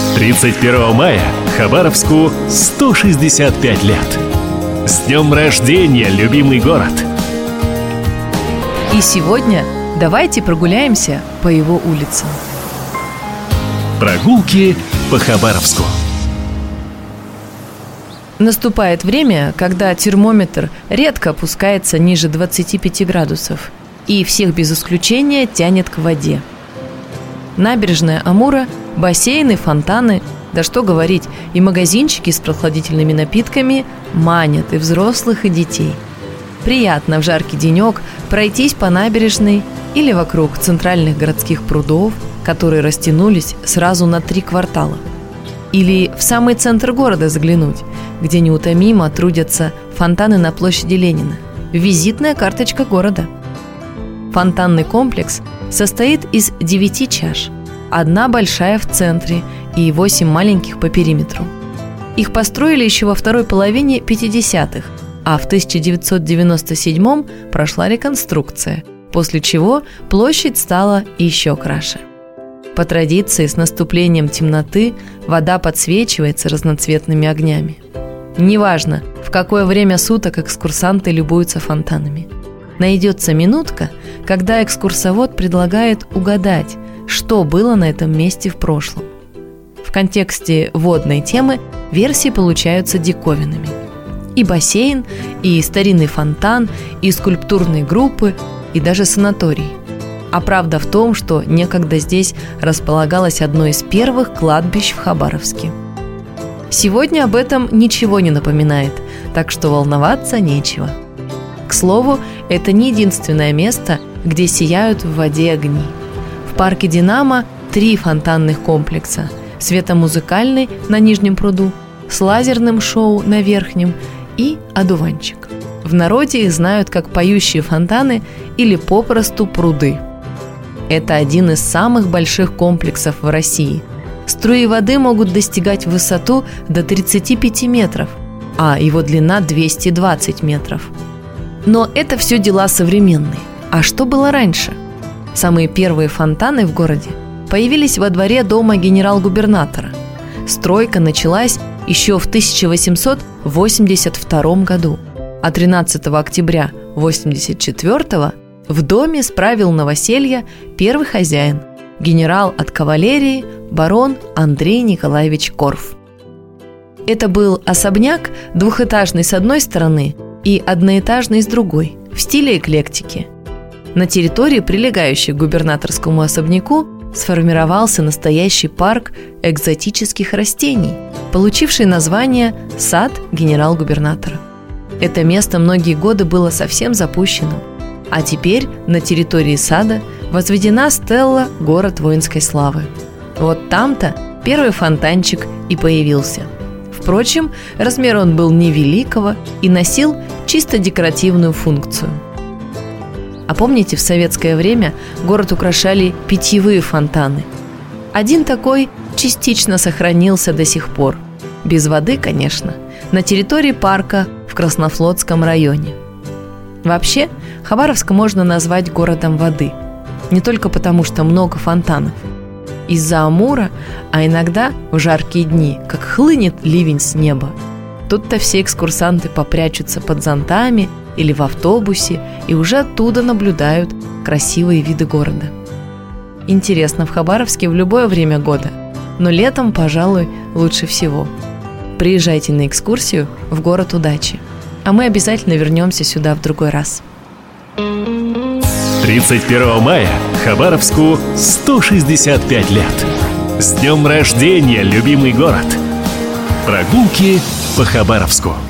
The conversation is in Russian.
31 мая Хабаровску 165 лет. С днем рождения, любимый город! И сегодня давайте прогуляемся по его улицам. Прогулки по Хабаровску. Наступает время, когда термометр редко опускается ниже 25 градусов, и всех без исключения тянет к воде. Набережная Амура, бассейны, фонтаны, да что говорить, и магазинчики с прохладительными напитками манят и взрослых, и детей. Приятно в жаркий денек пройтись по набережной или вокруг центральных городских прудов, которые растянулись сразу на 3 квартала. Или в самый центр города заглянуть, где неутомимо трудятся фонтаны на площади Ленина. Визитная карточка города. Фонтанный комплекс состоит из 9 чаш. 1 большая в центре и 8 маленьких по периметру. Их построили еще во второй половине 50-х, а в 1997-м прошла реконструкция, после чего площадь стала еще краше. По традиции, с наступлением темноты вода подсвечивается разноцветными огнями. Неважно, в какое время суток экскурсанты любуются фонтанами. Найдется минутка, когда экскурсовод предлагает угадать, что было на этом месте в прошлом. В контексте водной темы версии получаются диковинными. И бассейн, и старинный фонтан, и скульптурные группы, и даже санаторий. А правда в том, что некогда здесь располагалось одно из первых кладбищ в Хабаровске. Сегодня об этом ничего не напоминает, так что волноваться нечего. К слову, это не единственное место, где сияют в воде огни. В парке «Динамо» 3 фонтанных комплекса: светомузыкальный на нижнем пруду, с лазерным шоу на верхнем и одуванчик. В народе их знают как поющие фонтаны или попросту пруды. Это один из самых больших комплексов в России. Струи воды могут достигать в высоту до 35 метров, а его длина 220 метров. Но это все дела современные. А что было раньше? Самые первые фонтаны в городе появились во дворе дома генерал-губернатора. Стройка началась еще в 1882 году, а 13 октября 1884 в доме справил новоселье первый хозяин, генерал от кавалерии барон Андрей Николаевич Корф. Это был особняк двухэтажный с одной стороны и одноэтажный с другой, в стиле эклектики. На территории, прилегающей к губернаторскому особняку, сформировался настоящий парк экзотических растений, получивший название «Сад генерал-губернатора». Это место многие годы было совсем запущенным, а теперь на территории сада возведена стелла «Город воинской славы». Вот там-то первый фонтанчик и появился. Впрочем, размер он был невеликого и носил чисто декоративную функцию. А помните, в советское время город украшали питьевые фонтаны? Один такой частично сохранился до сих пор. Без воды, конечно, на территории парка в Краснофлотском районе. Вообще, Хабаровск можно назвать городом воды. Не только потому, что много фонтанов. Из-за Амура, а иногда в жаркие дни, как хлынет ливень с неба. Тут-то все экскурсанты попрячутся под зонтами или в автобусе и уже оттуда наблюдают красивые виды города. Интересно в Хабаровске в любое время года, но летом, пожалуй, лучше всего. Приезжайте на экскурсию в город удачи, а мы обязательно вернемся сюда в другой раз. 31 мая Хабаровску 165 лет. С днем рождения, любимый город! Прогулки по Хабаровску.